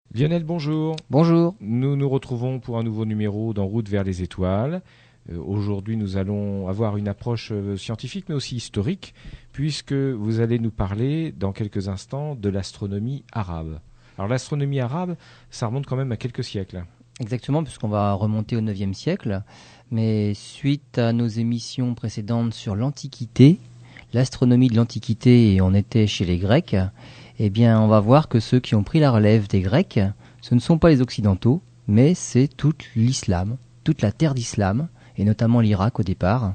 Lionel, bonjour. Bonjour. Nous nous retrouvons pour un nouveau numéro d'En route vers les étoiles. Aujourd'hui, nous allons avoir une approche scientifique, mais aussi historique, puisque vous allez nous parler dans quelques instants de l'astronomie arabe. Alors l'astronomie arabe, ça remonte quand même à quelques siècles. Exactement, puisqu'on va remonter au IXe siècle. Mais suite à nos émissions précédentes sur l'Antiquité, l'astronomie de l'Antiquité, et on était chez les Grecs, eh bien, on va voir que ceux qui ont pris la relève des Grecs, ce ne sont pas les Occidentaux, mais c'est tout l'islam, toute la terre d'islam, et notamment l'Irak au départ.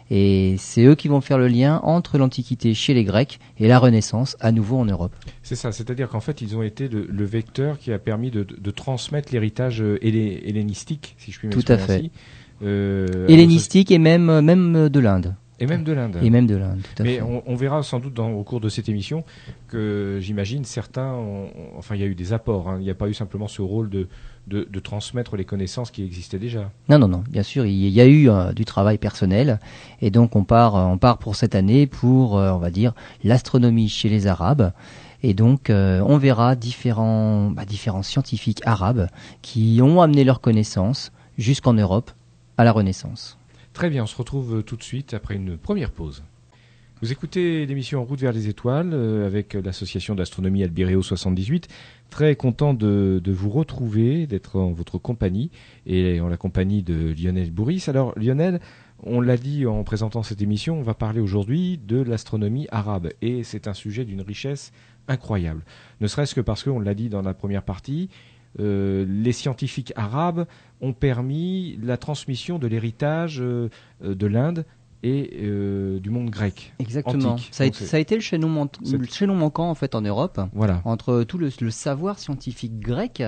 Et c'est eux qui vont faire le lien entre l'Antiquité chez les Grecs et la Renaissance à nouveau en Europe. C'est ça, c'est-à-dire qu'en fait, ils ont été le vecteur qui a permis de transmettre l'héritage hellénistique, si je puis m'exprimer ainsi. Hellénistique et même de l'Inde. Et même de l'Inde. Et même de l'Inde, tout à fait. Mais on verra sans doute au cours de cette émission que j'imagine certains, enfin il y a eu des apports, hein. Il n'y a pas eu simplement ce rôle de transmettre les connaissances qui existaient déjà. Non, bien sûr, il y a eu du travail personnel, et donc on part pour cette année pour, on va dire, l'astronomie chez les Arabes, et donc on verra différents scientifiques arabes qui ont amené leurs connaissances jusqu'en Europe à la Renaissance. Très bien, on se retrouve tout de suite après une première pause. Vous écoutez l'émission En route vers les étoiles avec l'association d'astronomie Albireo 78. Très content de vous retrouver, d'être en votre compagnie et en la compagnie de Lionel Bourris. Alors Lionel, on l'a dit en présentant cette émission, on va parler aujourd'hui de l'astronomie arabe et c'est un sujet d'une richesse incroyable. Ne serait-ce que parce qu'on l'a dit dans la première partie, les scientifiques arabes ont permis la transmission de l'héritage de l'Inde et du monde grec. Exactement. Antique. Ça a été le chaînon manquant en fait en Europe, voilà, entre tout le savoir scientifique grec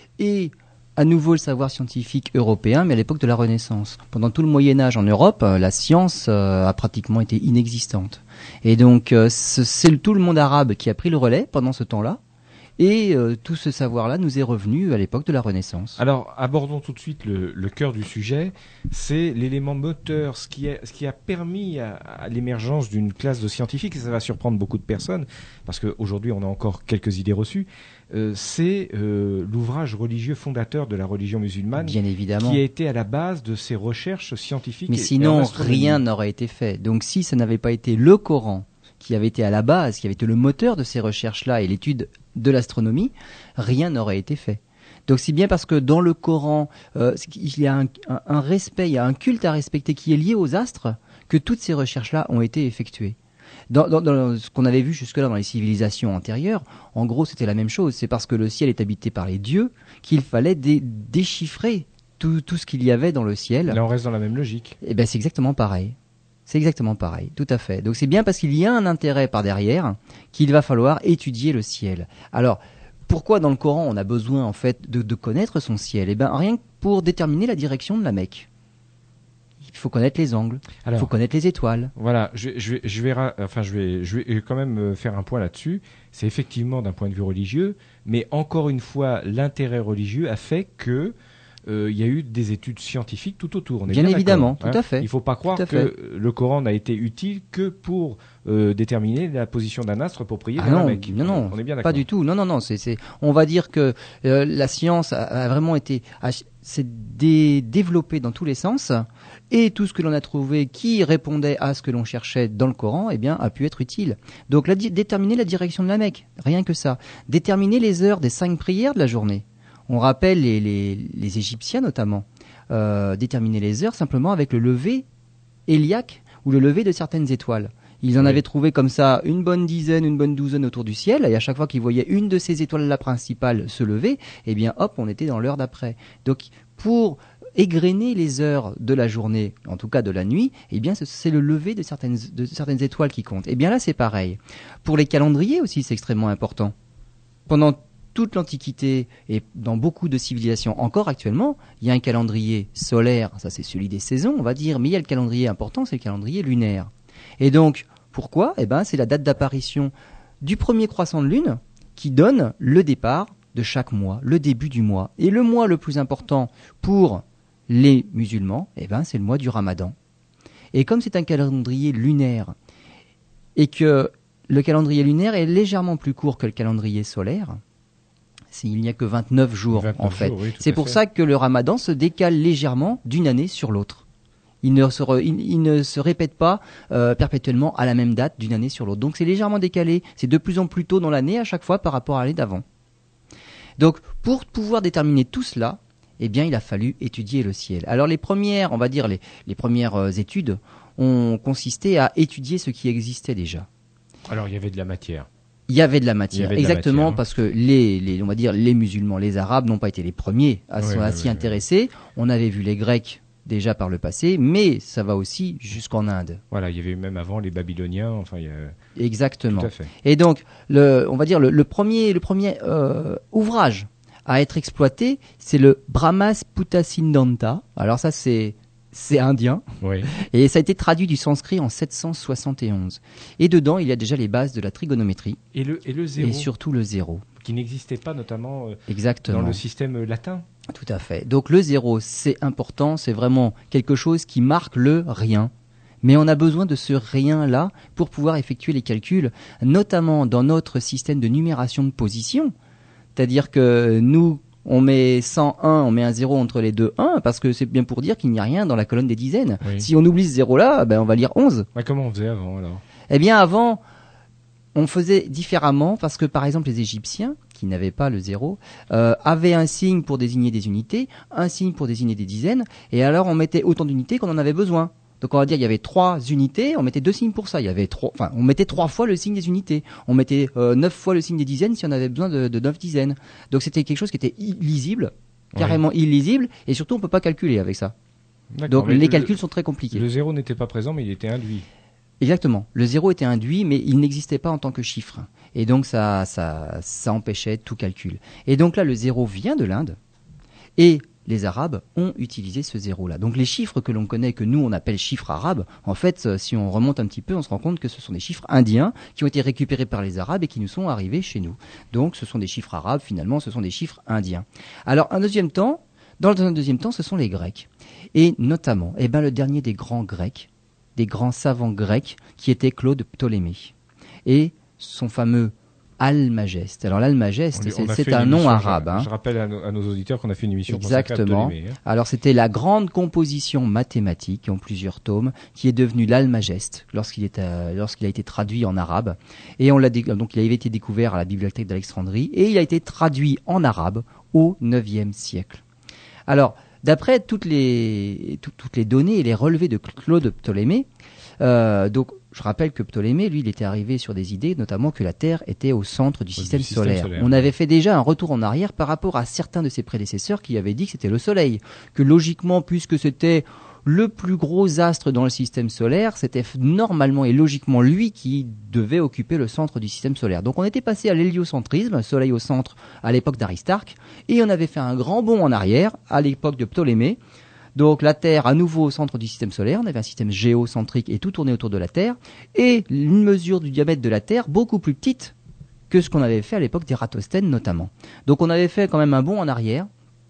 et à nouveau le savoir scientifique européen, mais à l'époque de la Renaissance. Pendant tout le Moyen-Âge en Europe, la science a pratiquement été inexistante. Et donc c'est tout le monde arabe qui a pris le relais pendant ce temps-là. Et tout ce savoir-là nous est revenu à l'époque de la Renaissance. Alors, abordons tout de suite le cœur du sujet. C'est l'élément moteur, ce qui a permis à l'émergence d'une classe de scientifiques, et ça va surprendre beaucoup de personnes, parce qu'aujourd'hui, on a encore quelques idées reçues. C'est l'ouvrage religieux fondateur de la religion musulmane, bien évidemment, qui a été à la base de ces recherches scientifiques. Mais sinon, rien n'aurait été fait. Donc, si ça n'avait pas été le Coran qui avait été à la base, qui avait été le moteur de ces recherches-là et l'étude de l'astronomie, rien n'aurait été fait. Donc c'est bien parce que dans le Coran, il y a un respect, il y a un culte à respecter qui est lié aux astres, que toutes ces recherches-là ont été effectuées. Dans ce qu'on avait vu jusque-là dans les civilisations antérieures, en gros c'était la même chose. C'est parce que le ciel est habité par les dieux qu'il fallait déchiffrer tout ce qu'il y avait dans le ciel. Là on reste dans la même logique. Et ben c'est exactement pareil. C'est exactement pareil, tout à fait. Donc c'est bien parce qu'il y a un intérêt par derrière qu'il va falloir étudier le ciel. Alors, pourquoi dans le Coran on a besoin en fait de connaître son ciel ? Eh bien, rien que pour déterminer la direction de la Mecque. Il faut connaître les angles, il faut connaître les étoiles. Voilà, je vais quand même faire un point là-dessus. C'est effectivement d'un point de vue religieux, mais encore une fois, l'intérêt religieux a fait que il y a eu des études scientifiques tout autour. Bien évidemment, tout à fait. Il ne faut pas croire que le Coran n'a été utile que pour déterminer la position d'un astre pour prier vers la Mecque. Non, on est bien d'accord. Pas du tout. Non. On va dire que la science a vraiment s'est développée dans tous les sens, et tout ce que l'on a trouvé qui répondait à ce que l'on cherchait dans le Coran, eh bien, a pu être utile. Donc, déterminer la direction de la Mecque, rien que ça. Déterminer les heures des 5 prières de la journée. On rappelle les Égyptiens notamment déterminer les heures simplement avec le lever héliaque ou le lever de certaines étoiles. Ils en avaient trouvé comme ça une bonne dizaine, une bonne douzaine autour du ciel, et à chaque fois qu'ils voyaient une de ces étoiles-là principales se lever, eh bien hop, on était dans l'heure d'après. Donc pour égrener les heures de la journée, en tout cas de la nuit, eh bien c'est le lever de certaines étoiles qui compte. Eh bien là c'est pareil. Pour les calendriers aussi c'est extrêmement important. Pendant toute l'Antiquité et dans beaucoup de civilisations encore actuellement, il y a un calendrier solaire, ça c'est celui des saisons on va dire, mais il y a le calendrier important, c'est le calendrier lunaire. Et donc, pourquoi ? Eh ben, c'est la date d'apparition du premier croissant de lune qui donne le départ de chaque mois, le début du mois. Et le mois le plus important pour les musulmans, eh ben, c'est le mois du Ramadan. Et comme c'est un calendrier lunaire et que le calendrier lunaire est légèrement plus court que le calendrier solaire, Il n'y a que 29 jours 29 en fait. jours, oui, C'est pour ça que le ramadan se décale légèrement d'une année sur l'autre. Il ne se répète pas perpétuellement à la même date d'une année sur l'autre. Donc c'est légèrement décalé. C'est de plus en plus tôt dans l'année à chaque fois par rapport à l'année d'avant. Donc pour pouvoir déterminer tout cela, eh bien il a fallu étudier le ciel. Alors les premières, on va dire les premières études ont consisté à étudier ce qui existait déjà. Alors il y avait de la matière. Il y avait de la matière, exactement, matière, parce que on va dire les musulmans, les arabes n'ont pas été les premiers à s'y intéresser. On avait vu les Grecs déjà par le passé, mais ça va aussi jusqu'en Inde. Voilà, il y avait même avant les Babyloniens, enfin exactement. Tout à fait. Et donc on va dire le premier ouvrage à être exploité, c'est le Brahmasputta Siddhanta. Alors ça c'est indien, oui. Et ça a été traduit du sanskrit en 771. Et dedans, il y a déjà les bases de la trigonométrie. Et le zéro. Et surtout le zéro. Qui n'existait pas notamment Exactement. dans le système latin. Tout à fait. Donc le zéro, c'est important, c'est vraiment quelque chose qui marque le rien. Mais on a besoin de ce rien-là pour pouvoir effectuer les calculs, notamment dans notre système de numération de position. C'est-à-dire que nous, on met 101, on met un 0 entre les deux 1, parce que c'est bien pour dire qu'il n'y a rien dans la colonne des dizaines. Oui. Si on oublie ce 0-là, on va lire 11. Ouais, comment on faisait avant alors ? Eh bien avant, on faisait différemment, parce que par exemple les Égyptiens, qui n'avaient pas le 0, avaient un signe pour désigner des unités, un signe pour désigner des dizaines, et alors on mettait autant d'unités qu'on en avait besoin. Donc on va dire il y avait 3 unités, on mettait 2 signes pour ça. On mettait 3 fois le signe des unités. On mettait 9 fois le signe des dizaines si on avait besoin de 9 dizaines. Donc c'était quelque chose qui était illisible, carrément illisible, et surtout on peut pas calculer avec ça. Donc les calculs sont très compliqués. Le 0 n'était pas présent, mais il était induit. Exactement. Le 0 était induit, mais il n'existait pas en tant que chiffre. Et donc ça empêchait tout calcul. Et donc là, le 0 vient de l'Inde, et les Arabes ont utilisé ce zéro-là. Donc les chiffres que l'on connaît, que nous on appelle chiffres arabes, en fait, si on remonte un petit peu, on se rend compte que ce sont des chiffres indiens qui ont été récupérés par les Arabes et qui nous sont arrivés chez nous. Donc ce sont des chiffres arabes, finalement, ce sont des chiffres indiens. Alors dans un deuxième temps, ce sont les Grecs. Et notamment, le dernier des grands Grecs, des grands savants grecs, qui était Claude Ptolémée. Et son fameux Almageste. Alors l'Almageste, c'est un nom arabe. Je rappelle à nos auditeurs qu'on a fait une émission exactement. Ptolémée. Alors c'était la grande composition mathématique en plusieurs tomes qui est devenue l'Almageste lorsqu'il a été traduit en arabe. Et donc il avait été découvert à la bibliothèque d'Alexandrie et il a été traduit en arabe au IXe siècle. Alors d'après toutes les données et les relevés de Claude Ptolémée, donc je rappelle que Ptolémée, lui, il était arrivé sur des idées, notamment que la Terre était au centre du système solaire. On avait fait déjà un retour en arrière par rapport à certains de ses prédécesseurs qui avaient dit que c'était le Soleil. Que logiquement, puisque c'était le plus gros astre dans le système solaire, c'était normalement et logiquement lui qui devait occuper le centre du système solaire. Donc on était passé à l'héliocentrisme, Soleil au centre, à l'époque d'Aristarque, et on avait fait un grand bond en arrière à l'époque de Ptolémée. Donc la Terre à nouveau au centre du système solaire, on avait un système géocentrique et tout tournait autour de la Terre, et une mesure du diamètre de la Terre beaucoup plus petite que ce qu'on avait fait à l'époque d'Ératosthène notamment. Donc on avait fait quand même un bond en arrière,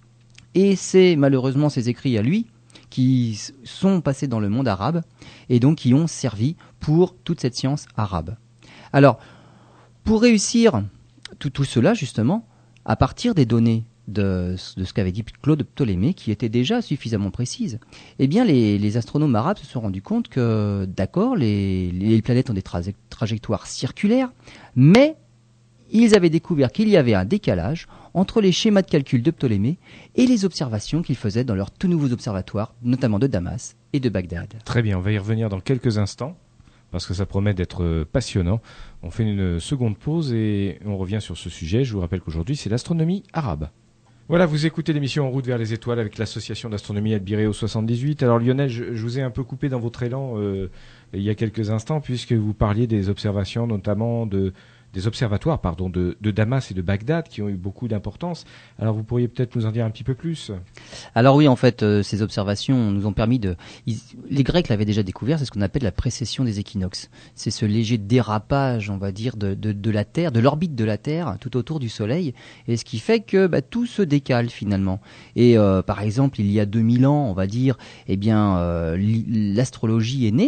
et c'est malheureusement ces écrits à lui qui sont passés dans le monde arabe, et donc qui ont servi pour toute cette science arabe. Alors, pour réussir tout cela justement, à partir des données de ce qu'avait dit Claude Ptolémée, qui était déjà suffisamment précise, eh bien les astronomes arabes se sont rendus compte que, d'accord, les planètes ont des trajectoires circulaires, mais ils avaient découvert qu'il y avait un décalage entre les schémas de calcul de Ptolémée et les observations qu'ils faisaient dans leurs tout nouveaux observatoires, notamment de Damas et de Bagdad. Très bien, on va y revenir dans quelques instants, parce que ça promet d'être passionnant. On fait une seconde pause et on revient sur ce sujet. Je vous rappelle qu'aujourd'hui, c'est l'astronomie arabe. Voilà, vous écoutez l'émission En route vers les étoiles avec l'association d'astronomie Albireo 78. Alors Lionel, je vous ai un peu coupé dans votre élan il y a quelques instants, puisque vous parliez des observations, notamment des observatoires de Damas et de Bagdad, qui ont eu beaucoup d'importance. Alors vous pourriez peut-être nous en dire un petit peu plus. Alors oui, en fait, ces observations nous ont permis les Grecs l'avaient déjà découvert, c'est ce qu'on appelle la précession des équinoxes. C'est ce léger dérapage, on va dire, de la Terre, de l'orbite de la Terre, tout autour du Soleil, et ce qui fait que tout se décale finalement. Et par exemple, il y a 2000 ans, on va dire, l'astrologie est née,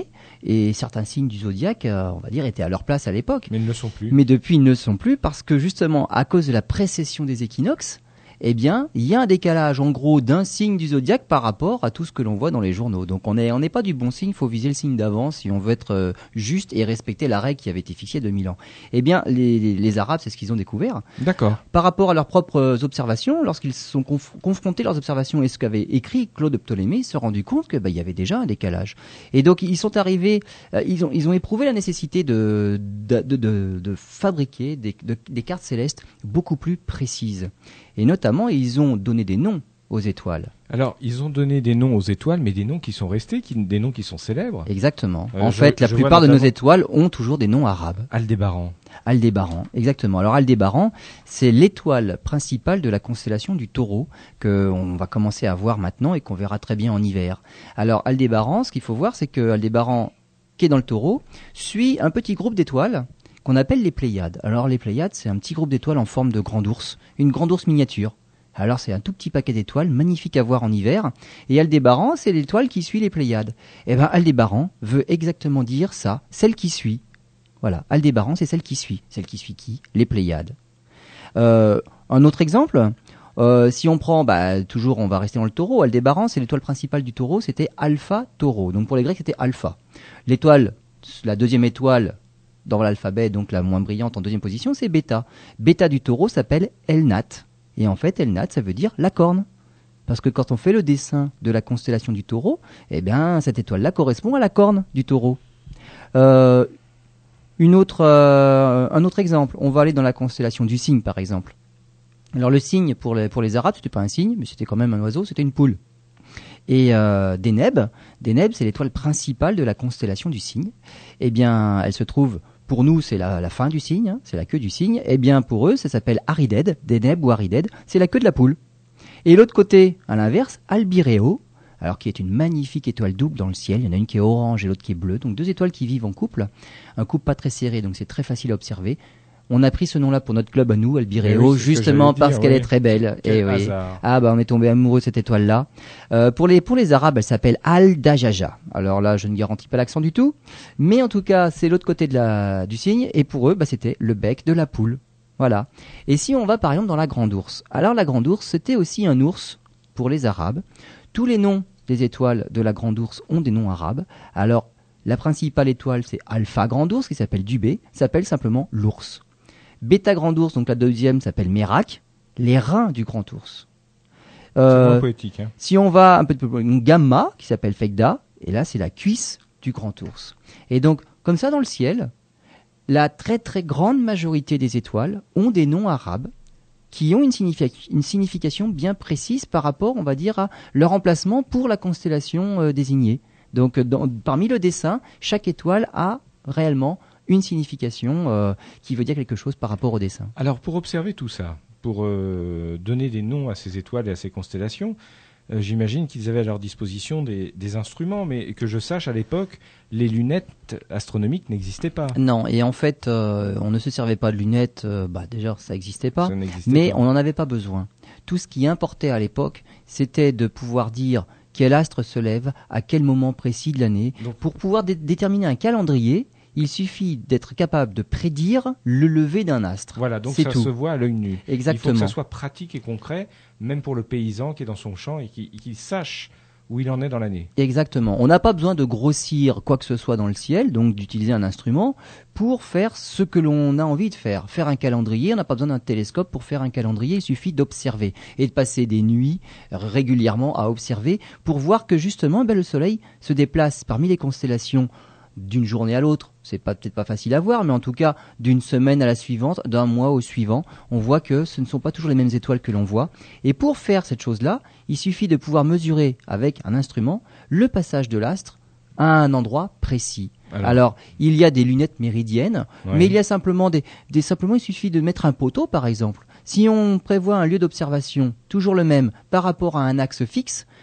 Et certains signes du zodiaque, on va dire, étaient à leur place à l'époque. Mais ils ne le sont plus. Mais depuis, ils ne le sont plus parce que justement, à cause de la précession des équinoxes, eh bien, il y a un décalage en gros d'un signe du zodiaque par rapport à tout ce que l'on voit dans les journaux. Donc on n'est pas du bon signe, il faut viser le signe d'avant si on veut être juste et respecter la règle qui avait été fixée il y a 2000 ans. Eh bien, les Arabes, c'est ce qu'ils ont découvert. D'accord. Par rapport à leurs propres observations, lorsqu'ils sont confrontés à leurs observations et ce qu'avait écrit Claude Ptolémée, ils se sont rendus compte que il y avait déjà un décalage. Et donc ils sont arrivés, ils ont éprouvé la nécessité de fabriquer des cartes célestes beaucoup plus précises. Et notamment, ils ont donné des noms aux étoiles. Alors, ils ont donné des noms aux étoiles, mais des noms qui sont restés, des noms qui sont célèbres. Exactement. En fait, la plupart de nos étoiles ont toujours des noms arabes. Aldébaran. Aldébaran, exactement. Alors Aldébaran, c'est l'étoile principale de la constellation du Taureau qu'on va commencer à voir maintenant et qu'on verra très bien en hiver. Alors Aldébaran, ce qu'il faut voir, c'est que Aldébaran, qui est dans le Taureau, suit un petit groupe d'étoiles qu'on appelle les Pléiades. Alors les Pléiades, c'est un petit groupe d'étoiles en forme de grand ours, une grande ours miniature. Alors c'est un tout petit paquet d'étoiles, magnifique à voir en hiver, et Aldébaran, c'est l'étoile qui suit les Pléiades. Et bien Aldébaran veut exactement dire ça, celle qui suit. Voilà, Aldébaran, c'est celle qui suit. Celle qui suit qui ? Les Pléiades. Un autre exemple, si on prend, toujours on va rester dans le Taureau, Aldébaran, c'est l'étoile principale du Taureau, c'était Alpha Taureau. Donc pour les Grecs, c'était Alpha. L'étoile, la deuxième étoile dans l'alphabet, donc la moins brillante en deuxième position, c'est Bêta. Bêta du Taureau s'appelle Elnat. Et en fait, Elnat, ça veut dire la corne. Parce que quand on fait le dessin de la constellation du Taureau, eh bien, cette étoile-là correspond à la corne du Taureau. Un autre exemple, on va aller dans la constellation du Cygne, par exemple. Alors le Cygne, pour les Arabes, c'était pas un cygne, mais c'était quand même un oiseau, c'était une poule. Et Deneb, c'est l'étoile principale de la constellation du Cygne. Eh bien, elle se trouve, pour nous, c'est la fin du cygne, hein, c'est la queue du cygne. Eh bien, pour eux, ça s'appelle Arided, Deneb ou Arided, c'est la queue de la poule. Et l'autre côté, à l'inverse, Albireo, alors qui est une magnifique étoile double dans le ciel. Il y en a une qui est orange et l'autre qui est bleue. Donc deux étoiles qui vivent en couple. Un couple pas très serré, donc c'est très facile à observer. On a pris ce nom-là pour notre club à nous, Albireo, justement parce qu'elle est très belle. Et oui. On est tombé amoureux de cette étoile-là. Pour les Arabes, elle s'appelle Al-Dajaja. Alors là, je ne garantis pas l'accent du tout, mais en tout cas, c'est l'autre côté du cygne. Et pour eux, c'était le bec de la poule. Voilà. Et si on va par exemple dans la grande ours, alors la grande ours, c'était aussi un ours pour les Arabes. Tous les noms des étoiles de la grande ours ont des noms arabes. Alors la principale étoile, c'est Alpha Grand Ours, qui s'appelle Dubé, s'appelle simplement l'ours. Bêta Grand Ours, donc la deuxième, s'appelle Mérac, les reins du grand ours. C'est moins poétique. Hein. Si on va un peu plus loin, une Gamma, qui s'appelle Fegda, et là c'est la cuisse du grand ours. Et donc, comme ça dans le ciel, la très très grande majorité des étoiles ont des noms arabes qui ont une signification bien précise par rapport, on va dire, à leur emplacement pour la constellation désignée. Donc, parmi le dessin, chaque étoile a réellement une signification qui veut dire quelque chose par rapport au dessin. Alors, pour observer tout ça, pour donner des noms à ces étoiles et à ces constellations, j'imagine qu'ils avaient à leur disposition des instruments, mais que je sache, à l'époque, les lunettes astronomiques n'existaient pas. Non, et en fait, on ne se servait pas de lunettes, déjà ça n'existait pas, mais on n'en avait pas besoin. Tout ce qui importait à l'époque, c'était de pouvoir dire quel astre se lève, à quel moment précis de l'année. Donc, pour pouvoir déterminer un calendrier, il suffit d'être capable de prédire le lever d'un astre. Voilà, donc ça se voit à l'œil nu. Exactement. Il faut que ça soit pratique et concret, même pour le paysan qui est dans son champ et qui sache où il en est dans l'année. Exactement. On n'a pas besoin de grossir quoi que ce soit dans le ciel, donc d'utiliser un instrument pour faire ce que l'on a envie de faire. Faire un calendrier, on n'a pas besoin d'un télescope pour faire un calendrier, il suffit d'observer et de passer des nuits régulièrement à observer pour voir que justement le soleil se déplace parmi les constellations d'une journée à l'autre. C'est peut-être pas facile à voir, mais en tout cas d'une semaine à la suivante, d'un mois au suivant, on voit que ce ne sont pas toujours les mêmes étoiles que l'on voit. Et pour faire cette chose-là, il suffit de pouvoir mesurer avec un instrument le passage de l'astre à un endroit précis. Alors il y a des lunettes méridiennes, mais il y a simplement simplement il suffit de mettre un poteau par exemple. Si on prévoit un lieu d'observation toujours le même par rapport à un axe fixe,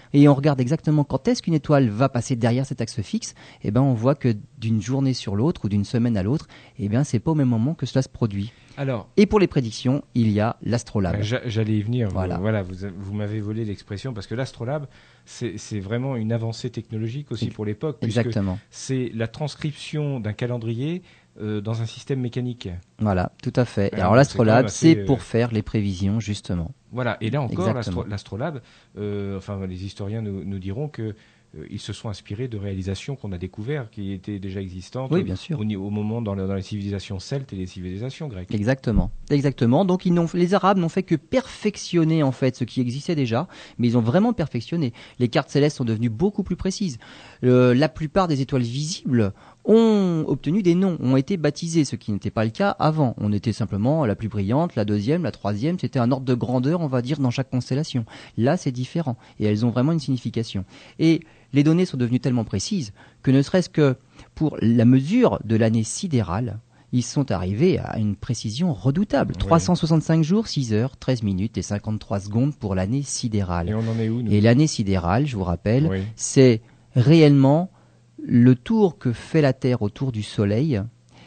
et on regarde exactement quand est-ce qu'une étoile va passer derrière cet axe fixe, eh ben on voit que d'une journée sur l'autre ou d'une semaine à l'autre, eh bien c'est pas au même moment que cela se produit. Alors, et pour les prédictions, il y a l'astrolabe. J'allais y venir. Voilà. Vous m'avez volé l'expression parce que l'astrolabe, c'est vraiment une avancée technologique aussi pour l'époque. Exactement. C'est la transcription d'un calendrier dans un système mécanique. Voilà, tout à fait. Alors l'astrolabe, c'est pour faire les prévisions, justement. Voilà, et là encore, l'astrolabe, les historiens nous diront que ils se sont inspirés de réalisations qu'on a découvertes, qui étaient déjà existantes oui, bien sûr. Au moment dans les civilisations celtes et les civilisations grecques. Exactement. Donc les Arabes n'ont fait que perfectionner en fait ce qui existait déjà, mais ils ont vraiment perfectionné. Les cartes célestes sont devenues beaucoup plus précises. La plupart des étoiles visibles ont obtenu des noms, ont été baptisées, ce qui n'était pas le cas avant. On était simplement la plus brillante, la deuxième, la troisième, c'était un ordre de grandeur, on va dire, dans chaque constellation. Là, c'est différent, et elles ont vraiment une signification. Et les données sont devenues tellement précises que ne serait-ce que pour la mesure de l'année sidérale, ils sont arrivés à une précision redoutable. Oui. 365 jours, 6 heures, 13 minutes et 53 secondes pour l'année sidérale. Et on en est où, nous ? Et l'année sidérale, je vous rappelle, c'est réellement le tour que fait la Terre autour du Soleil,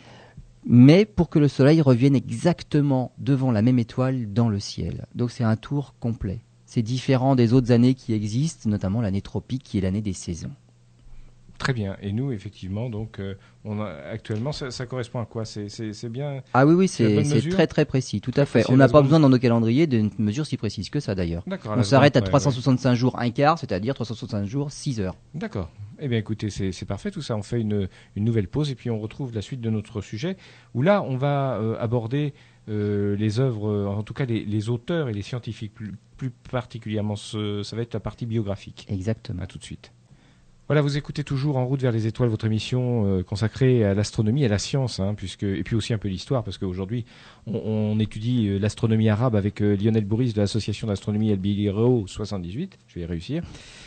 mais pour que le Soleil revienne exactement devant la même étoile dans le ciel. Donc c'est un tour complet. C'est différent des autres années qui existent, notamment l'année tropique qui est l'année des saisons. Très bien. Et nous, effectivement, donc, actuellement, ça correspond à quoi ? C'est bien. Ah oui, c'est très très précis, tout à fait. On n'a pas besoin dans nos calendriers d'une mesure si précise que ça d'ailleurs. D'accord. On s'arrête à 365 jours un quart, c'est-à-dire 365 jours 6 heures. D'accord. Eh bien, écoutez, c'est parfait tout ça. On fait une nouvelle pause et puis on retrouve la suite de notre sujet où là, on va aborder les œuvres, en tout cas les auteurs et les scientifiques, plus particulièrement, ça va être la partie biographique. Exactement. À tout de suite. Voilà, vous écoutez toujours En route vers les étoiles, votre émission consacrée à l'astronomie et à la science, et puis aussi un peu l'histoire, parce qu'aujourd'hui, on étudie l'astronomie arabe avec Lionel Bourris de l'association d'astronomie El Bireo 78, je vais y réussir.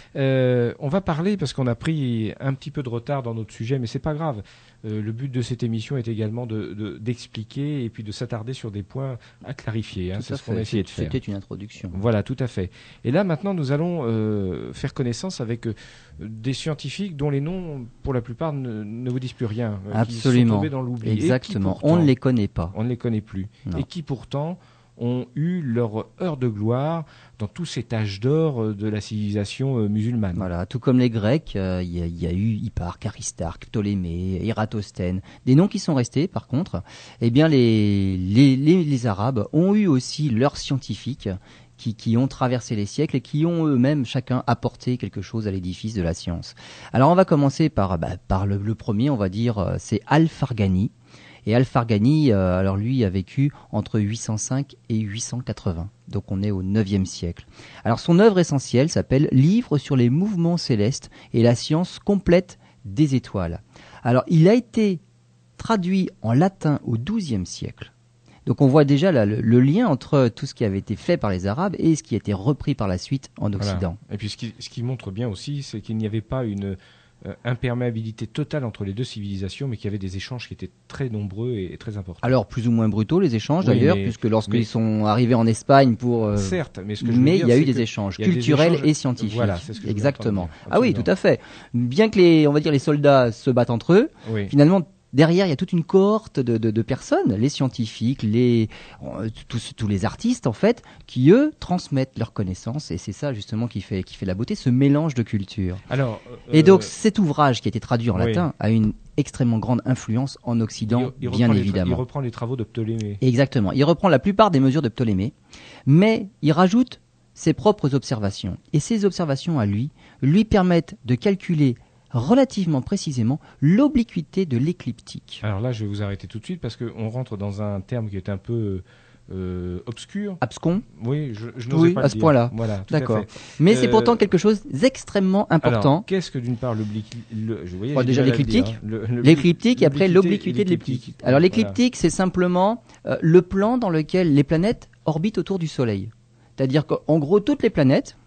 On va parler, parce qu'on a pris un petit peu de retard dans notre sujet, mais c'est pas grave. Le but de cette émission est également d'expliquer et puis de s'attarder sur des points à clarifier. C'est ce qu'on a essayé de faire. C'était une introduction. Voilà, tout à fait. Et là, maintenant, nous allons faire connaissance avec des scientifiques dont les noms, pour la plupart, ne vous disent plus rien. Absolument. Qui sont tombés dans l'oubli. Exactement. Pourtant, on ne les connaît pas. On ne les connaît plus. Non. Et qui pourtant ont eu leur heure de gloire dans tous ces âges d'or de la civilisation musulmane. Voilà, tout comme les Grecs, il y a eu Hipparque, Aristarque, Ptolémée, Ératosthène, des noms qui sont restés. Par contre, eh bien les Arabes ont eu aussi leurs scientifiques qui ont traversé les siècles et qui ont eux-mêmes chacun apporté quelque chose à l'édifice de la science. Alors on va commencer par le premier, on va dire, c'est Al-Farghani. Et Al-Farghani, alors lui a vécu entre 805 et 880. Donc on est au 9e siècle. Alors son œuvre essentielle s'appelle Livre sur les mouvements célestes et la science complète des étoiles. Alors il a été traduit en latin au 12e siècle. Donc on voit déjà là, le lien entre tout ce qui avait été fait par les Arabes et ce qui a été repris par la suite en Occident. Voilà. Et puis ce qui montre bien aussi, c'est qu'il n'y avait pas une imperméabilité totale entre les deux civilisations, mais qu'il y avait des échanges qui étaient très nombreux et très importants. Alors plus ou moins brutaux les échanges d'ailleurs, puisque lorsqu'ils sont arrivés en Espagne certes, mais il y a eu des échanges culturels et scientifiques. Voilà, c'est ce que exactement. Ah oui, tout à fait. Bien que les soldats se battent entre eux, finalement derrière, il y a toute une cohorte de personnes, les scientifiques, tous les artistes en fait, qui eux transmettent leurs connaissances, et c'est ça justement qui fait la beauté, ce mélange de cultures. Alors, et donc cet ouvrage qui a été traduit en latin a une extrêmement grande influence en Occident, bien évidemment. Il reprend les travaux de Ptolémée. Exactement. Il reprend la plupart des mesures de Ptolémée, mais il rajoute ses propres observations. Et ces observations à lui permettent de calculer relativement précisément l'obliquité de l'écliptique. Alors là, je vais vous arrêter tout de suite parce qu'on rentre dans un terme qui est un peu obscur. Abscon. Oui, je n'osais pas à ce point-là. Voilà, d'accord. Mais c'est pourtant quelque chose d'extrêmement important. Alors, qu'est-ce que d'une part déjà l'écliptique, l'écliptique et après l'obliquité de l'écliptique. Alors l'écliptique, c'est simplement le plan dans lequel les planètes orbitent autour du Soleil. C'est-à-dire qu'en gros, toutes les planètes,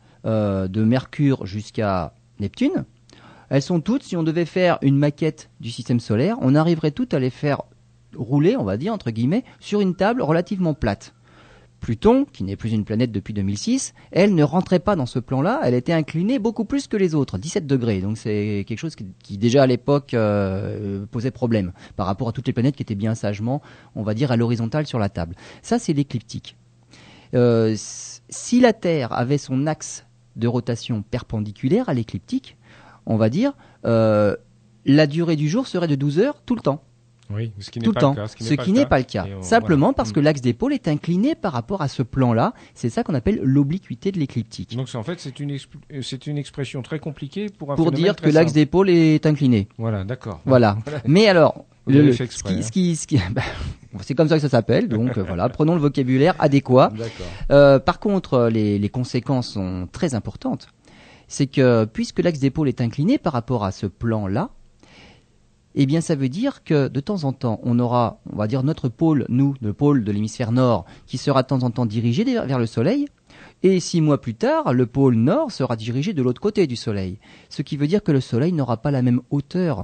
de Mercure jusqu'à Neptune, elles sont toutes, si on devait faire une maquette du système solaire, on arriverait toutes à les faire rouler, on va dire, entre guillemets, sur une table relativement plate. Pluton, qui n'est plus une planète depuis 2006, elle ne rentrait pas dans ce plan-là, elle était inclinée beaucoup plus que les autres, 17 degrés. Donc c'est quelque chose qui déjà à l'époque posait problème par rapport à toutes les planètes qui étaient bien sagement, on va dire, à l'horizontale sur la table. Ça, c'est l'écliptique. Si la Terre avait son axe de rotation perpendiculaire à l'écliptique, on va dire, la durée du jour serait de 12 heures tout le temps. Oui, ce qui tout n'est le pas temps, le cas. ce qui n'est pas le cas. Simplement parce que l'axe des pôles est incliné par rapport à ce plan-là. C'est ça qu'on appelle l'obliquité de l'écliptique. Donc en fait, c'est une expression très compliquée pour un pour phénomène dire très que l'axe simple. des pôles est incliné. Voilà, d'accord. Voilà. Mais alors, Vous avez fait exprès, c'est comme ça que ça s'appelle. Donc voilà, prenons le vocabulaire adéquat. D'accord. Par contre, les conséquences sont très importantes. C'est que puisque l'axe des pôles est incliné par rapport à ce plan-là, eh bien, ça veut dire que de temps en temps, on aura, on va dire, notre pôle, nous, le pôle de l'hémisphère nord, qui sera de temps en temps dirigé vers le Soleil, et 6 mois plus tard, le pôle nord sera dirigé de l'autre côté du Soleil. Ce qui veut dire que le Soleil n'aura pas la même hauteur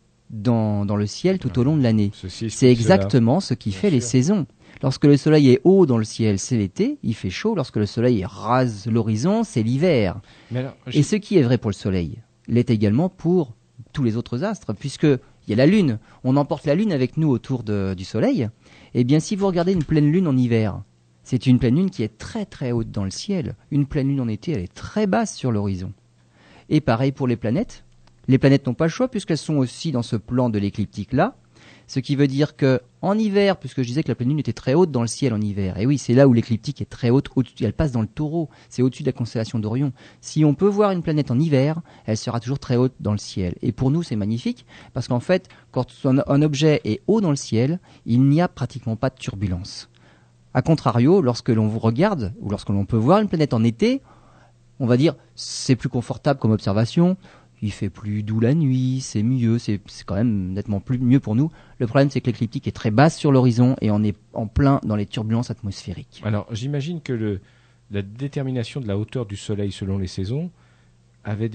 dans le ciel tout au long de l'année. C'est exactement ce qui fait les saisons. Lorsque le Soleil est haut dans le ciel, c'est l'été, il fait chaud. Lorsque le Soleil rase l'horizon, c'est l'hiver. Et ce qui est vrai pour le Soleil l'est également pour tous les autres astres, puisque il y a la Lune, on emporte la Lune avec nous autour du Soleil. Eh bien, si vous regardez une pleine Lune en hiver, c'est une pleine Lune qui est très très haute dans le ciel. Une pleine Lune en été, elle est très basse sur l'horizon. Et pareil pour les planètes. Les planètes n'ont pas le choix puisqu'elles sont aussi dans ce plan de l'écliptique-là. Ce qui veut dire que en hiver, puisque je disais que la pleine lune était très haute dans le ciel en hiver, et oui, c'est là où l'écliptique est très haute, elle passe dans le Taureau, c'est au-dessus de la constellation d'Orion. Si on peut voir une planète en hiver, elle sera toujours très haute dans le ciel. Et pour nous, c'est magnifique, parce qu'en fait, quand un objet est haut dans le ciel, il n'y a pratiquement pas de turbulence. A contrario, lorsque l'on vous regarde, ou lorsque l'on peut voir une planète en été, on va dire, c'est plus confortable comme observation, il fait plus doux la nuit, c'est mieux, c'est quand même nettement mieux pour nous. Le problème, c'est que l'écliptique est très basse sur l'horizon et on est en plein dans les turbulences atmosphériques. Alors, j'imagine que la détermination de la hauteur du Soleil selon les saisons avait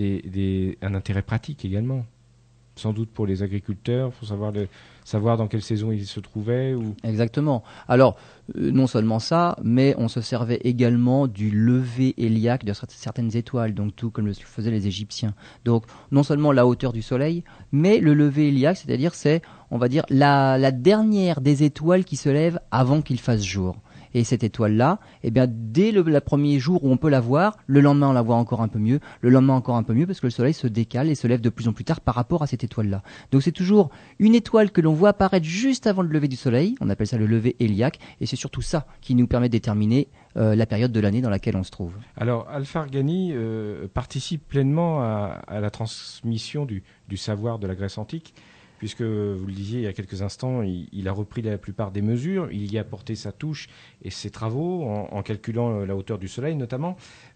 un intérêt pratique également. Sans doute pour les agriculteurs, pour savoir dans quelle saison ils se trouvaient. Exactement. Alors, non seulement ça, mais on se servait également du lever héliaque de certaines étoiles, donc tout comme le faisaient les Égyptiens. Donc, non seulement la hauteur du Soleil, mais le lever héliaque, c'est-à-dire c'est, on va dire, la dernière des étoiles qui se lève avant qu'il fasse jour. Et cette étoile-là, eh bien, dès le premier jour où on peut la voir, le lendemain on la voit encore un peu mieux, le lendemain encore un peu mieux, parce que le Soleil se décale et se lève de plus en plus tard par rapport à cette étoile-là. Donc c'est toujours une étoile que l'on voit apparaître juste avant le lever du Soleil, on appelle ça le lever héliaque, et c'est surtout ça qui nous permet de déterminer la période de l'année dans laquelle on se trouve. Alors, Alphargani participe pleinement à la transmission du savoir de la Grèce antique, puisque, vous le disiez il y a quelques instants, il a repris la plupart des mesures, il y a apporté sa touche et ses travaux en calculant la hauteur du Soleil notamment.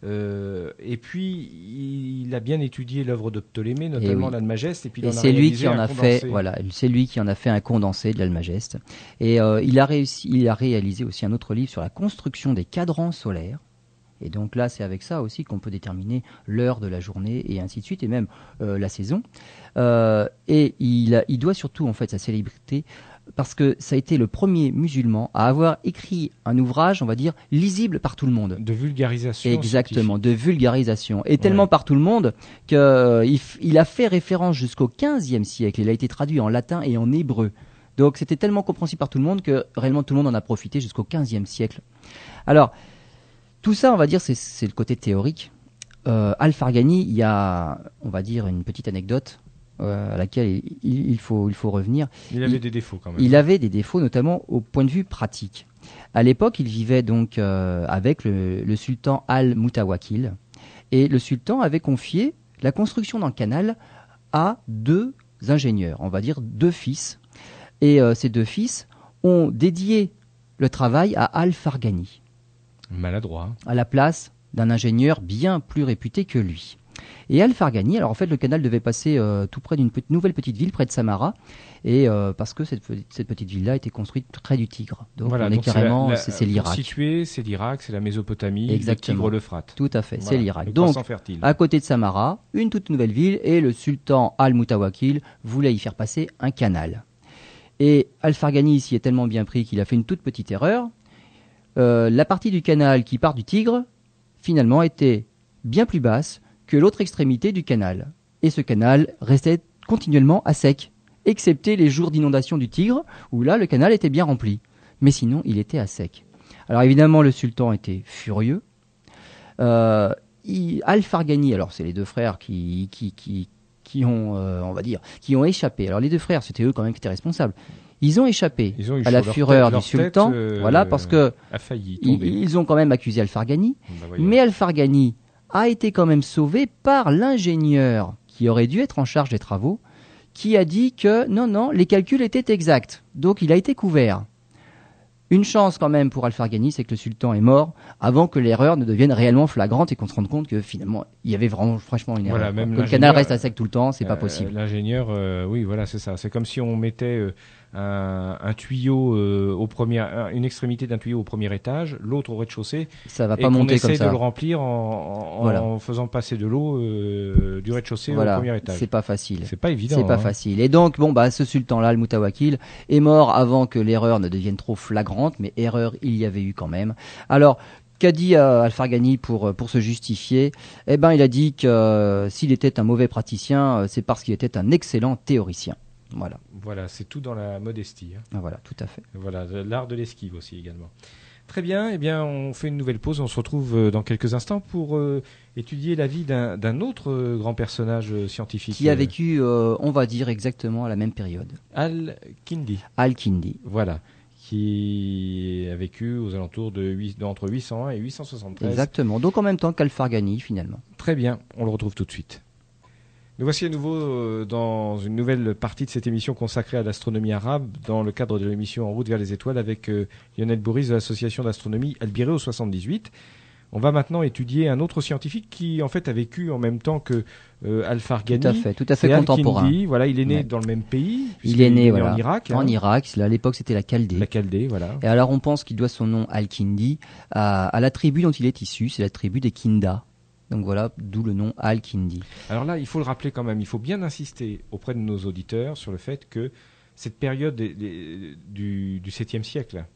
Et puis, il a bien étudié l'œuvre de Ptolémée, notamment l'Almageste. Et c'est lui qui en a fait, c'est lui qui en a fait un condensé de l'Almageste. Et il a réalisé aussi un autre livre sur la construction des cadrans solaires. Et donc là, c'est avec ça aussi qu'on peut déterminer l'heure de la journée et ainsi de suite, et même la saison. Et il doit surtout en fait sa célébrité parce que ça a été le premier musulman à avoir écrit un ouvrage, on va dire, lisible par tout le monde. De vulgarisation. Exactement, de vulgarisation. Et tellement par tout le monde qu'il a fait référence jusqu'au XVe siècle. Il a été traduit en latin et en hébreu. Donc c'était tellement compréhensible par tout le monde que réellement tout le monde en a profité jusqu'au XVe siècle. Alors, tout ça, on va dire, c'est le côté théorique. Alphargani, il y a, on va dire, une petite anecdote à laquelle il faut revenir. Il avait des défauts quand même. Il avait des défauts, notamment au point de vue pratique. À l'époque, il vivait donc avec le sultan Al-Mutawakil. Et le sultan avait confié la construction d'un canal à 2 ingénieurs, on va dire 2 fils. Et ces 2 fils ont dédié le travail à Alphargani. Maladroit. À la place d'un ingénieur bien plus réputé que lui. Et Alphargani, alors en fait le canal devait passer tout près d'une nouvelle petite ville près de Samara, et parce que cette petite ville-là a été construite près du Tigre. Donc voilà, on est carrément, c'est l'Irak. Situé, c'est l'Irak, c'est la Mésopotamie, exactement. Le Tigre, l'Euphrate. Tout à fait, voilà, c'est l'Irak. Donc à côté de Samara, une toute nouvelle ville, et le sultan Al-Mutawakil voulait y faire passer un canal. Et Alphargani s'y est tellement bien pris qu'il a fait une toute petite erreur. la partie du canal qui part du Tigre, finalement, était bien plus basse que l'autre extrémité du canal. Et ce canal restait continuellement à sec, excepté les jours d'inondation du Tigre, où là, le canal était bien rempli. Mais sinon, il était à sec. Alors évidemment, le sultan était furieux. Al-Farghani, alors c'est les deux frères qui ont, on va dire, qui ont échappé. Alors les deux frères, c'était eux quand même qui étaient responsables. Ils ont échappé à la fureur du sultan, voilà, parce que ils ont quand même accusé Al-Farghani. Mais Al-Farghani a été quand même sauvé par l'ingénieur qui aurait dû être en charge des travaux, qui a dit que non, les calculs étaient exacts. Donc il a été couvert. Une chance quand même pour Al-Farghani, c'est que le sultan est mort avant que l'erreur ne devienne réellement flagrante et qu'on se rende compte que finalement il y avait vraiment franchement une erreur. Même que le canal reste à sec tout le temps, c'est pas possible. L'ingénieur, oui, voilà, c'est ça. C'est comme si on mettait un tuyau une extrémité d'un tuyau au premier étage, l'autre au rez-de-chaussée. Ça va pas monter comme ça. Et qu'on essaie de le remplir en faisant passer de l'eau du rez-de-chaussée au premier étage. C'est pas facile. C'est pas évident. C'est pas facile. Et donc ce sultan-là, Al-Mutawakkil, est mort avant que l'erreur ne devienne trop flagrante, mais erreur il y avait eu quand même. Alors qu'a dit Al-Farghani pour se justifier? Il a dit que s'il était un mauvais praticien, c'est parce qu'il était un excellent théoricien. Voilà, c'est tout dans la modestie. Voilà, tout à fait. Voilà, l'art de l'esquive aussi également. Très bien, on fait une nouvelle pause. On se retrouve dans quelques instants pour étudier la vie d'un autre grand personnage scientifique. Qui a vécu, on va dire, exactement à la même période. Al-Kindi. Al-Kindi. Voilà. Qui a vécu aux alentours entre 801 et 873. Exactement, donc en même temps qu'Al-Farghani finalement. Très bien, on le retrouve tout de suite. Nous voici à nouveau dans une nouvelle partie de cette émission consacrée à l'astronomie arabe, dans le cadre de l'émission En route vers les étoiles avec Lionel Bourris de l'association d'astronomie Albireo 78. On va maintenant étudier un autre scientifique qui en fait a vécu en même temps que Al-Farghani. Tout à fait contemporain. Voilà, il est né dans le même pays. Il est né en Irak. En Irak, à l'époque c'était la Chaldée. La Chaldée, voilà. Et alors on pense qu'il doit son nom Al-Kindi à la tribu dont il est issu, c'est la tribu des Kinda. Donc voilà, d'où le nom Al-Kindi. Alors là, il faut le rappeler quand même, il faut bien insister auprès de nos auditeurs sur le fait que cette période du 7e siècle...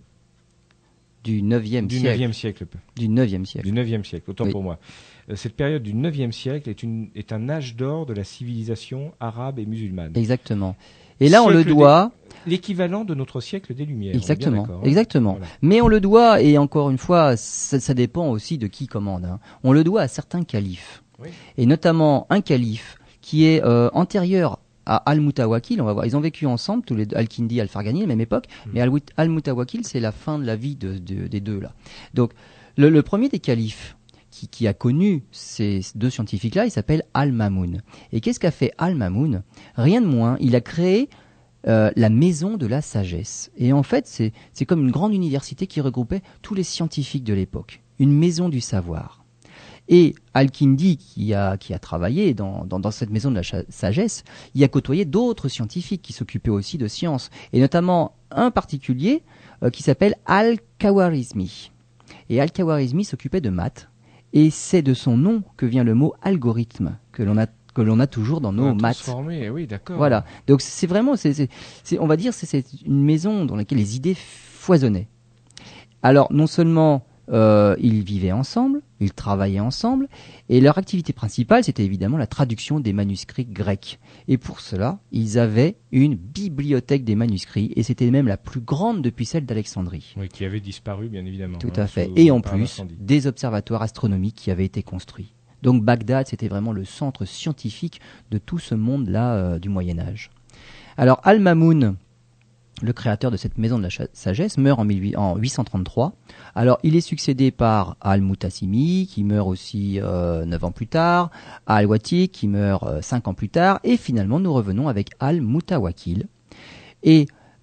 Du 9e siècle. Du 9e siècle. Du 9e siècle, autant pour moi. Cette période du 9e siècle est un âge d'or de la civilisation arabe et musulmane. Exactement. Et là, on le doit... L'équivalent de notre siècle des Lumières. Exactement. Voilà. Mais on le doit, et encore une fois, ça dépend aussi de qui commande. On le doit à certains califes. Oui. Et notamment un calife qui est antérieur à Al-Mutawakkil. On va voir, ils ont vécu ensemble, tous les deux, Al-Kindi et Al-Farghani, à la même époque. Mais Al-Mutawakkil, c'est la fin de la vie des deux là. Donc, le premier des califes qui a connu ces deux scientifiques-là, il s'appelle Al-Mamoun. Et qu'est-ce qu'a fait Al-Mamoun? Rien de moins, il a créé la maison de la sagesse. Et en fait, c'est comme une grande université qui regroupait tous les scientifiques de l'époque. Une maison du savoir. Et Al-Kindi, qui a travaillé dans cette maison de la sagesse, il a côtoyé d'autres scientifiques qui s'occupaient aussi de sciences. Et notamment un particulier qui s'appelle Al-Khawarizmi. Et Al-Khawarizmi s'occupait de maths. Et c'est de son nom que vient le mot algorithme, que l'on a toujours dans nos maths. Transformé, oui, d'accord. Voilà. Donc c'est vraiment, on va dire, c'est une maison dans laquelle les idées foisonnaient. Alors non seulement ils vivaient ensemble, ils travaillaient ensemble, et leur activité principale, c'était évidemment la traduction des manuscrits grecs. Et pour cela, ils avaient une bibliothèque des manuscrits, et c'était même la plus grande depuis celle d'Alexandrie. Oui, qui avait disparu, bien évidemment. Tout à fait. Et en plus, des observatoires astronomiques qui avaient été construits. Donc Bagdad, c'était vraiment le centre scientifique de tout ce monde-là du Moyen-Âge. Alors Al-Mamoun, le créateur de cette maison de la sagesse, meurt en 833. Alors il est succédé par Al-Mutasimi, qui meurt aussi 9 ans plus tard, Al-Wati, qui meurt 5 ans plus tard, et finalement nous revenons avec Al-Mutawakkil. Et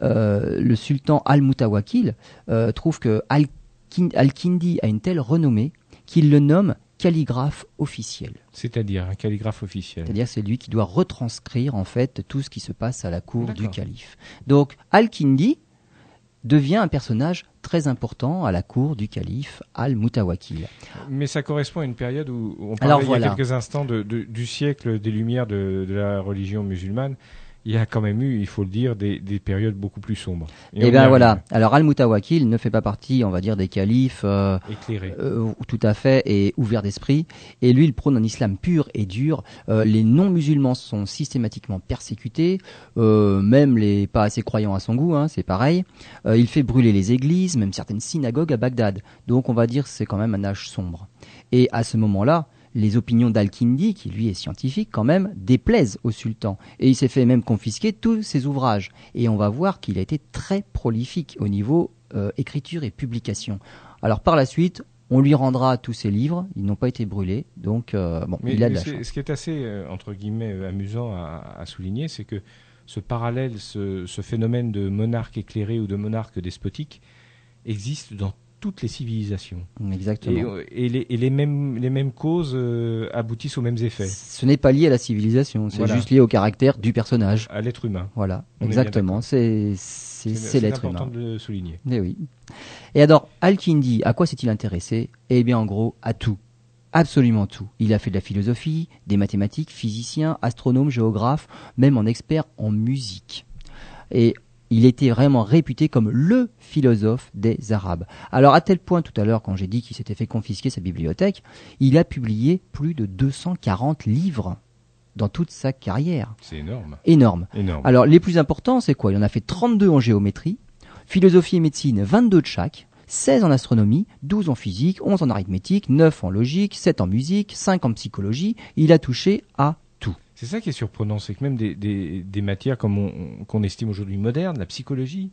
le sultan Al-Mutawakkil trouve que Al-Kindi a une telle renommée qu'il le nomme calligraphe officiel. C'est-à-dire un calligraphe officiel. C'est-à-dire c'est lui qui doit retranscrire en fait tout ce qui se passe à la cour du calife. Donc Al-Kindi devient un personnage très important à la cour du calife Al-Mutawakkil. Mais ça correspond à une période où on parlait il y a quelques instants du siècle des Lumières de la religion musulmane. il y a quand même eu, il faut le dire, des périodes beaucoup plus sombres. Et bien voilà. Alors Al-Mutawakkil ne fait pas partie, on va dire, des califes éclairés. Tout à fait, et ouverts d'esprit. Et lui, il prône un islam pur et dur. Les non-musulmans sont systématiquement persécutés, même les pas assez croyants à son goût, hein, c'est pareil. Il fait brûler les églises, même certaines synagogues à Bagdad. Donc on va dire que c'est quand même un âge sombre. Et à ce moment-là, les opinions d'Al-Kindi, qui lui est scientifique quand même, déplaisent au sultan. Et il s'est fait même confisquer tous ses ouvrages. Et on va voir qu'il a été très prolifique au niveau écriture et publication. Alors par la suite, on lui rendra tous ses livres, ils n'ont pas été brûlés, donc il a de la chance. Ce qui est assez, entre guillemets, amusant à souligner, c'est que ce parallèle, ce phénomène de monarque éclairé ou de monarque despotique existe dans toutes les civilisations. Exactement. Et les mêmes causes aboutissent aux mêmes effets. Ce n'est pas lié à la civilisation, c'est juste lié au caractère du personnage. À l'être humain. Voilà, exactement. C'est l'être humain. C'est important de le souligner. Et oui. Et alors, Al-Kindi, à quoi s'est-il intéressé? Eh bien, en gros, à tout. Absolument tout. Il a fait de la philosophie, des mathématiques, physicien, astronome, géographe, même en expert en musique. Et il était vraiment réputé comme le philosophe des Arabes. Alors à tel point tout à l'heure, quand j'ai dit qu'il s'était fait confisquer sa bibliothèque, il a publié plus de 240 livres dans toute sa carrière. C'est énorme. Énorme. Alors les plus importants, c'est quoi? Il en a fait 32 en géométrie, philosophie et médecine, 22 de chaque, 16 en astronomie, 12 en physique, 11 en arithmétique, 9 en logique, 7 en musique, 5 en psychologie. Il a touché à tout. C'est ça qui est surprenant, c'est que même des matières qu'on estime aujourd'hui modernes, la psychologie,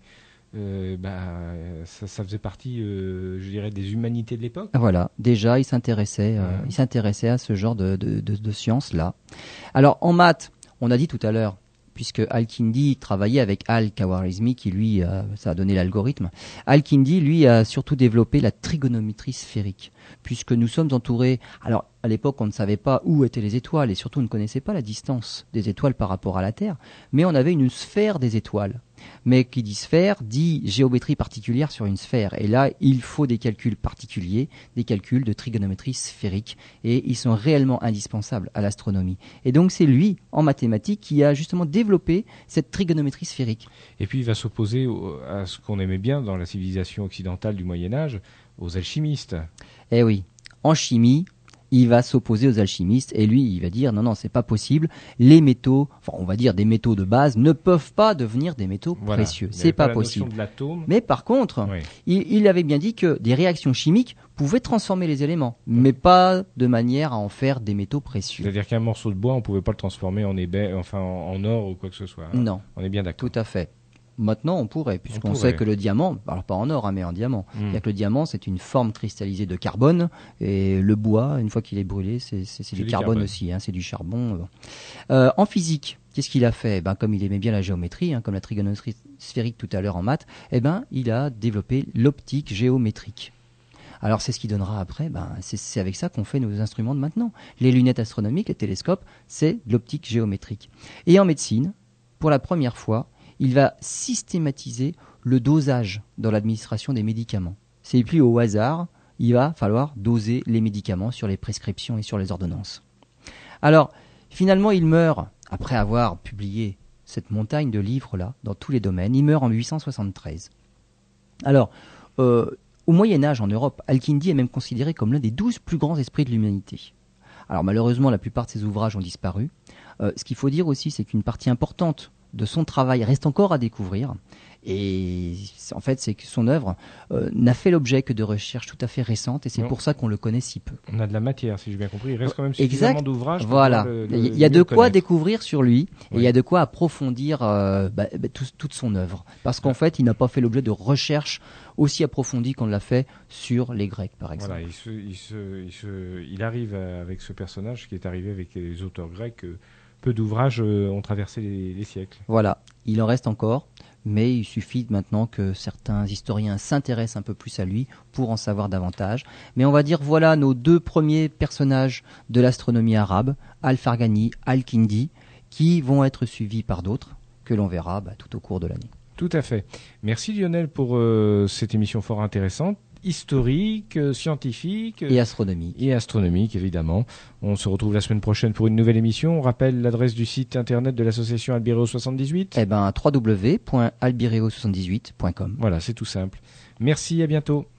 ça faisait partie, je dirais, des humanités de l'époque. Voilà, déjà il s'intéressait à ce genre de sciences-là. Alors en maths, on a dit tout à l'heure, puisque Al-Kindi travaillait avec Al-Khawarizmi, qui lui, ça a donné l'algorithme. Al-Kindi, lui, a surtout développé la trigonométrie sphérique, puisque nous sommes entourés. Alors, à l'époque, on ne savait pas où étaient les étoiles, et surtout, on ne connaissait pas la distance des étoiles par rapport à la Terre, mais on avait une sphère des étoiles. Mais qui dit sphère, dit géométrie particulière sur une sphère. Et là, il faut des calculs particuliers, des calculs de trigonométrie sphérique. Et ils sont réellement indispensables à l'astronomie. Et donc, c'est lui, en mathématiques, qui a justement développé cette trigonométrie sphérique. Et puis, il va s'opposer à ce qu'on aimait bien dans la civilisation occidentale du Moyen-Âge, aux alchimistes. Eh oui, en chimie, il va s'opposer aux alchimistes et lui, il va dire non, c'est pas possible. Les métaux, enfin, on va dire des métaux de base, ne peuvent pas devenir des métaux précieux. C'est pas possible. Mais par contre, il avait bien dit que des réactions chimiques pouvaient transformer les éléments, mais pas de manière à en faire des métaux précieux. C'est-à-dire qu'un morceau de bois, on pouvait pas le transformer en or ou quoi que ce soit. Non. On est bien d'accord. Tout à fait. Maintenant, on pourrait, puisqu'on sait que le diamant, alors pas en or, mais en diamant, c'est-à-dire que le diamant, c'est une forme cristallisée de carbone, et le bois, une fois qu'il est brûlé, c'est du carbone aussi, hein, c'est du charbon. En physique, qu'est-ce qu'il a fait? Comme il aimait bien la géométrie, comme la trigonométrie sphérique tout à l'heure en maths, il a développé l'optique géométrique. Alors c'est ce qui donnera après, c'est avec ça qu'on fait nos instruments de maintenant. Les lunettes astronomiques, les télescopes, c'est de l'optique géométrique. Et en médecine, pour la première fois, il va systématiser le dosage dans l'administration des médicaments. C'est plus au hasard, il va falloir doser les médicaments sur les prescriptions et sur les ordonnances. Alors, finalement, il meurt, après avoir publié cette montagne de livres-là, dans tous les domaines, il meurt en 873. Alors, au Moyen-Âge, en Europe, Al-Kindi est même considéré comme l'un des 12 plus grands esprits de l'humanité. Alors, malheureusement, la plupart de ses ouvrages ont disparu. Ce qu'il faut dire aussi, c'est qu'une partie importante de son travail reste encore à découvrir. Et en fait, c'est que son œuvre n'a fait l'objet que de recherches tout à fait récentes, et c'est pour ça qu'on le connaît si peu. On a de la matière, si j'ai bien compris. Il reste quand même suffisamment d'ouvrages. Voilà. Il y a de quoi découvrir sur lui, et il y a de quoi approfondir toute son œuvre. Parce qu'en fait, il n'a pas fait l'objet de recherches aussi approfondies qu'on l'a fait sur les Grecs, par exemple. Voilà, il arrive avec ce personnage qui est arrivé avec les auteurs grecs. Peu d'ouvrages ont traversé les siècles. Voilà, il en reste encore, mais il suffit maintenant que certains historiens s'intéressent un peu plus à lui pour en savoir davantage. Mais on va dire voilà nos deux premiers personnages de l'astronomie arabe, Al-Farghani, Al-Kindi, qui vont être suivis par d'autres que l'on verra tout au cours de l'année. Tout à fait. Merci Lionel pour cette émission fort intéressante. historiques, scientifiques Et astronomique. et astronomiques, évidemment. On se retrouve la semaine prochaine pour une nouvelle émission. On rappelle l'adresse du site internet de l'association Albireo 78. www.albireo78.com. Voilà, c'est tout simple. Merci, à bientôt.